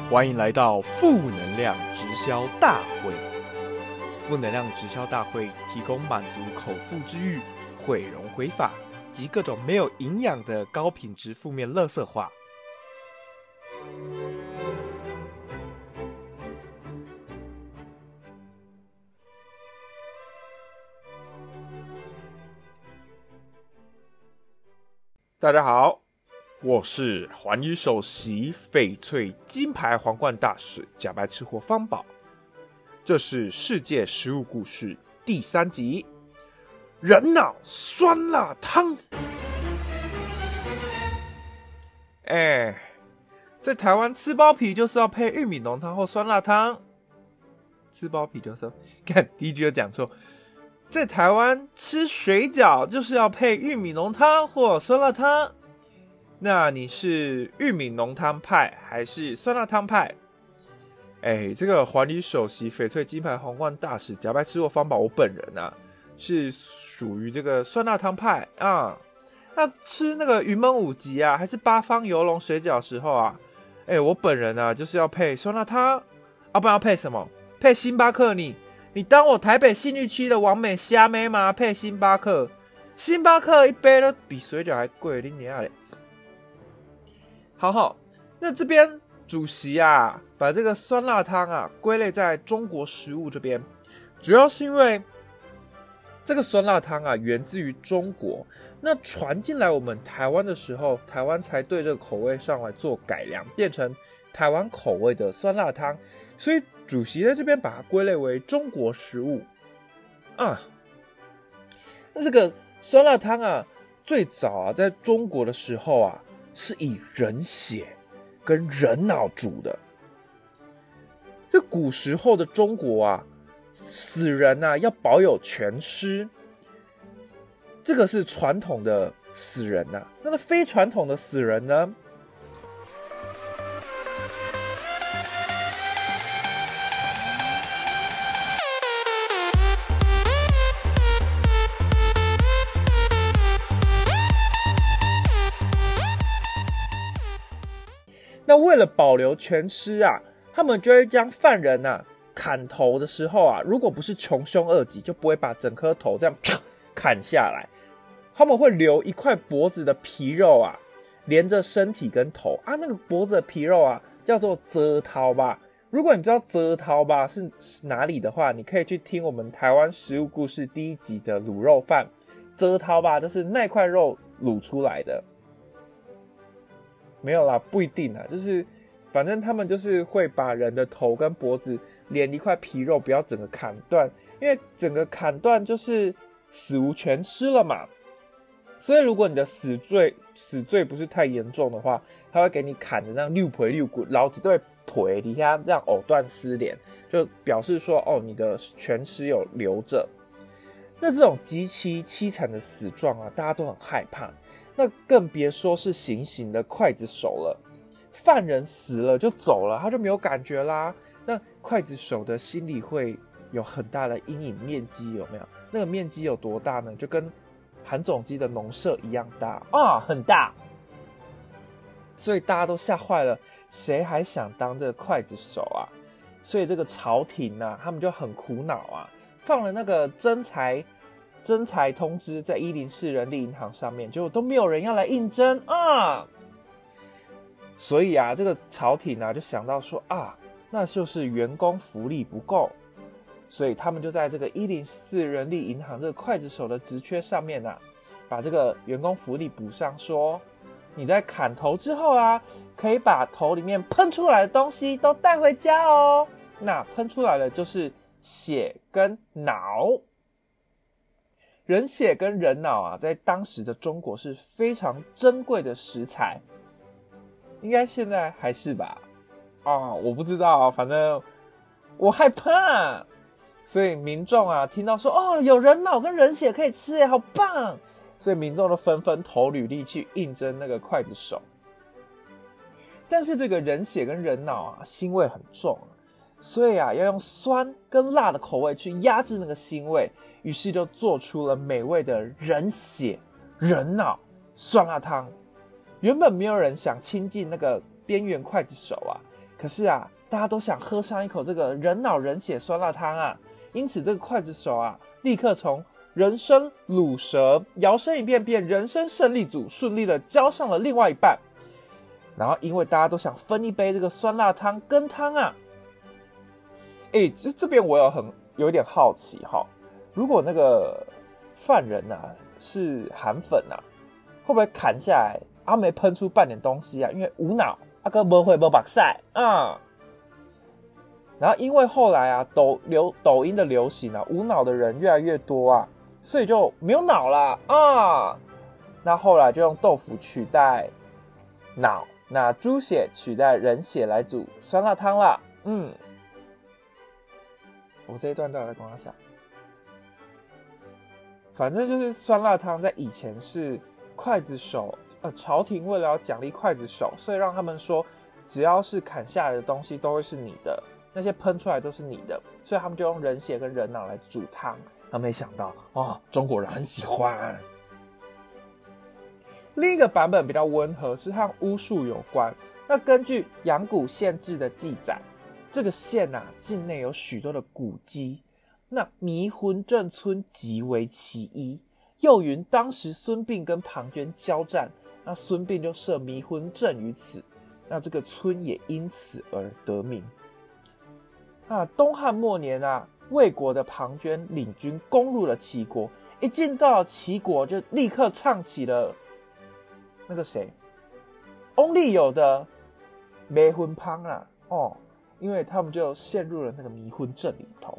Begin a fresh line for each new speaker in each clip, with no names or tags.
欢迎来到负能量直销大会。负能量直销大会提供满足口腹之欲、毁容毁发及各种没有营养的高品质负面垃圾话。大家好，我是环宇首席翡翠金牌皇冠大使假白吃货方宝，这是世界食物故事第3集，人脑酸辣汤。在台湾吃包皮就是要配玉米浓汤或酸辣汤。吃包皮就是看第一句就讲错。在台湾吃水饺就是要配玉米浓汤或酸辣汤。那你是玉米浓汤派还是酸辣汤派？这个环宇首席翡翠金牌皇冠大使假白吃货方宝，我本人啊是属于这个酸辣汤派啊。那吃那个云门舞集啊，还是八方游龙水饺的时候啊，我本人啊就是要配酸辣汤啊，不然要配什么？配星巴克你当我台北信义区的完美虾妹吗？配星巴克，星巴克一杯都比水饺还贵，你娘嘞！好，那这边主席啊，把这个酸辣汤啊归类在中国食物这边，主要是因为这个酸辣汤啊源自于中国，那传进来我们台湾的时候，台湾才对这个口味上来做改良，变成台湾口味的酸辣汤，所以主席在这边把它归类为中国食物啊。那这个酸辣汤啊，最早啊在中国的时候啊，是以人血跟人脑煮的。这古时候的中国啊，死人啊要保有全尸，这个是传统的死人啊。那非传统的死人呢？那为了保留全尸啊，他们就会将犯人啊砍头的时候啊，如果不是穷凶恶极，就不会把整颗头这样砍下来，他们会留一块脖子的皮肉啊，连着身体跟头啊，那个脖子的皮肉啊叫做遮头吧。如果你知道遮头吧是哪里的话，你可以去听我们台湾食物故事第1集的卤肉饭，遮头吧就是那块肉卤出来的。没有啦，不一定啊，就是反正他们就是会把人的头跟脖子连一块皮肉，不要整个砍断，因为整个砍断就是死无全尸了嘛。所以如果你的死罪不是太严重的话，他会给你砍的那样六皮六骨，老几对皮底下这样藕断丝连，就表示说你的全尸有留着。那这种极其凄惨的死状啊，大家都很害怕。那更别说是行刑的刽子手了，犯人死了就走了，他就没有感觉啦。那刽子手的心里会有很大的阴影面积，有没有？那个面积有多大呢？就跟韩总机的农舍一样大啊，很大。所以大家都吓坏了，谁还想当这个刽子手啊？所以这个朝廷啊，他们就很苦恼啊，放了那个征才通知在104人力银行上面，结果都没有人要来应征啊。所以啊，这个朝廷啊就想到说啊，那就是员工福利不够，所以他们就在这个104人力银行这个刽子手的职缺上面啊，把这个员工福利补上，说你在砍头之后啊，可以把头里面喷出来的东西都带回家哦。那喷出来的就是血跟脑。人血跟人脑啊，在当时的中国是非常珍贵的食材，应该现在还是吧？我不知道，反正我害怕。所以民众啊，听到说有人脑跟人血可以吃耶，好棒！所以民众都纷纷投履历去应征那个刽子手。但是这个人血跟人脑啊，腥味很重，所以啊，要用酸跟辣的口味去压制那个腥味。于是就做出了美味的人血人脑酸辣汤。原本没有人想亲近那个边缘刽子手啊， 可是啊，大家都想喝上一口这个人脑人血酸辣汤啊，因此这个刽子手啊，立刻从人参卤蛇摇身一变，变人参胜利组，顺利的交上了另外一半。然后因为大家都想分一杯这个酸辣汤羹汤啊，这边我有点好奇哈，如果那个犯人啊是韩粉啊，会不会砍下来啊没喷出半点东西啊？因为无脑啊哥没会没把赛啊。然后因为后来啊抖音的流行啊，无脑的人越来越多啊，所以就没有脑了啊。那后来就用豆腐取代脑，那猪血取代人血来煮酸辣汤啦。我这一段到底在跟他讲，反正就是酸辣汤在以前是刽子手，朝廷为了要奖励刽子手，所以让他们说，只要是砍下来的东西都会是你的，那些喷出来都是你的，所以他们就用人血跟人脑来煮汤。那没想到中国人很喜欢。另一个版本比较温和，是和巫术有关。那根据阳谷县志的记载，这个县啊境内有许多的古迹，那迷魂镇村即为其一。又云当时孙膑跟庞涓交战，那孙膑就设迷魂阵于此，那这个村也因此而得名。东汉末年啊，魏国的庞涓领军攻入了齐国，一进到了齐国就立刻唱起了那个谁翁立友的迷魂汤啊，因为他们就陷入了那个迷魂阵里头。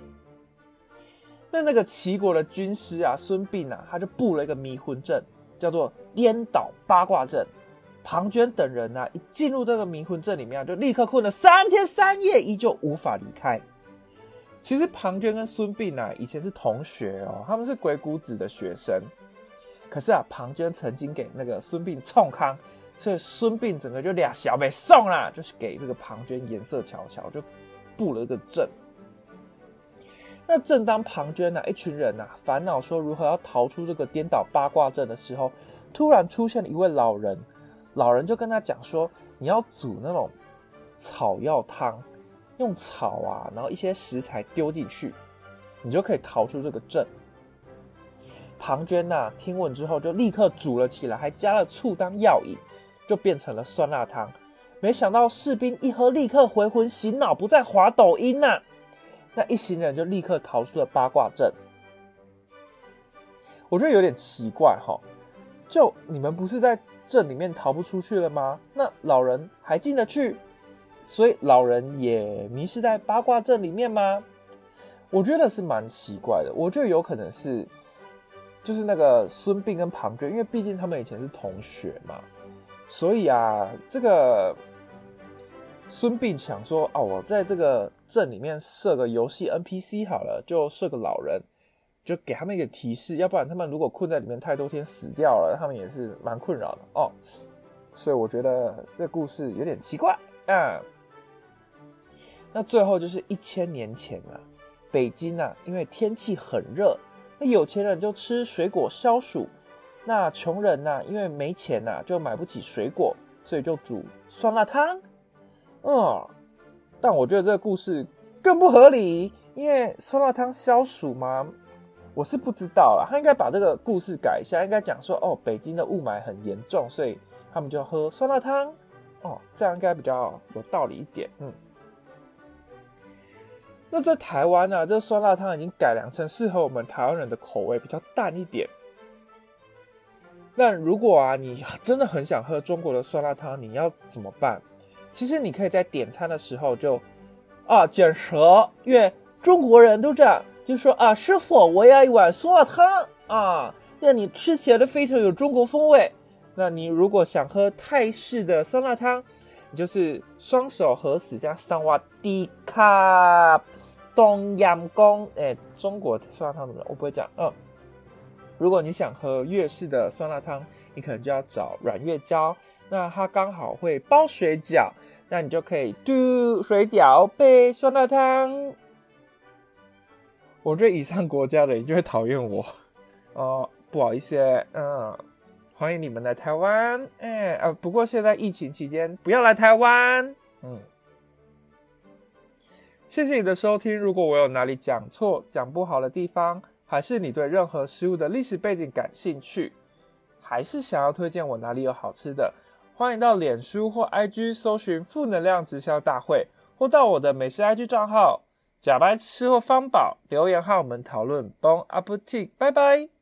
那个齐国的军师啊，孙膑啊，他就布了一个迷魂阵，叫做颠倒八卦阵。庞涓等人啊，一进入这个迷魂阵里面，就立刻困了3天3夜，依旧无法离开。其实庞涓跟孙膑啊，以前是同学他们是鬼谷子的学生。可是啊，庞涓曾经给那个孙膑冲康，所以孙膑整个就俩小被送啦，就是给这个庞涓颜色瞧瞧，就布了一个阵。那正当庞涓啊一群人啊烦恼说如何要逃出这个颠倒八卦阵的时候，突然出现了一位老人，老人就跟他讲说，你要煮那种草药汤，用草啊，然后一些食材丢进去，你就可以逃出这个阵。庞涓啊听闻之后就立刻煮了起来，还加了醋当药引，就变成了酸辣汤。没想到士兵一喝，立刻回魂醒脑，不再滑抖音啊。那一行人就立刻逃出了八卦阵。我觉得有点奇怪就你们不是在阵里面逃不出去了吗？那老人还进得去，所以老人也迷失在八卦阵里面吗？我觉得是蛮奇怪的。我觉得有可能是就是那个孙膑跟庞涓，因为毕竟他们以前是同学嘛，所以啊，这个孙膑想说我在这个阵里面设个游戏 NPC 好了，就设个老人，就给他们一个提示，要不然他们如果困在里面太多天死掉了，他们也是蛮困扰的所以我觉得这个故事有点奇怪那最后就是1000年前啊，北京啊，因为天气很热，那有钱人就吃水果消暑，那穷人啊，因为没钱啊，就买不起水果，所以就煮酸辣汤。但我觉得这个故事更不合理，因为酸辣汤消暑吗？我是不知道啦，他应该把这个故事改一下，应该讲说北京的雾霾很严重，所以他们就喝酸辣汤这样应该比较有道理一点。那在台湾啊，这酸辣汤已经改良成适合我们台湾人的口味，比较淡一点。那如果啊，你真的很想喝中国的酸辣汤，你要怎么办？其实你可以在点餐的时候就卷舌，因为中国人都这样，就说师傅，我要一碗酸辣汤让你吃起来的非常有中国风味。那你如果想喝泰式的酸辣汤，你就是双手合十这样萨瓦迪卡冬阳功。中国酸辣汤怎么我不会讲如果你想喝粤式的酸辣汤，你可能就要找阮月娇，那它刚好会包水饺，那你就可以嘟水饺配酸辣汤。我觉得以上国家的人就会讨厌我不好意思欢迎你们来台湾不过现在疫情期间不要来台湾谢谢你的收听，如果我有哪里讲错、讲不好的地方，还是你对任何食物的历史背景感兴趣，还是想要推荐我哪里有好吃的，欢迎到脸书或 IG 搜寻负能量直销大会，或到我的美食 IG 账号假白吃或方宝留言和我们讨论。Bon appetit，拜拜。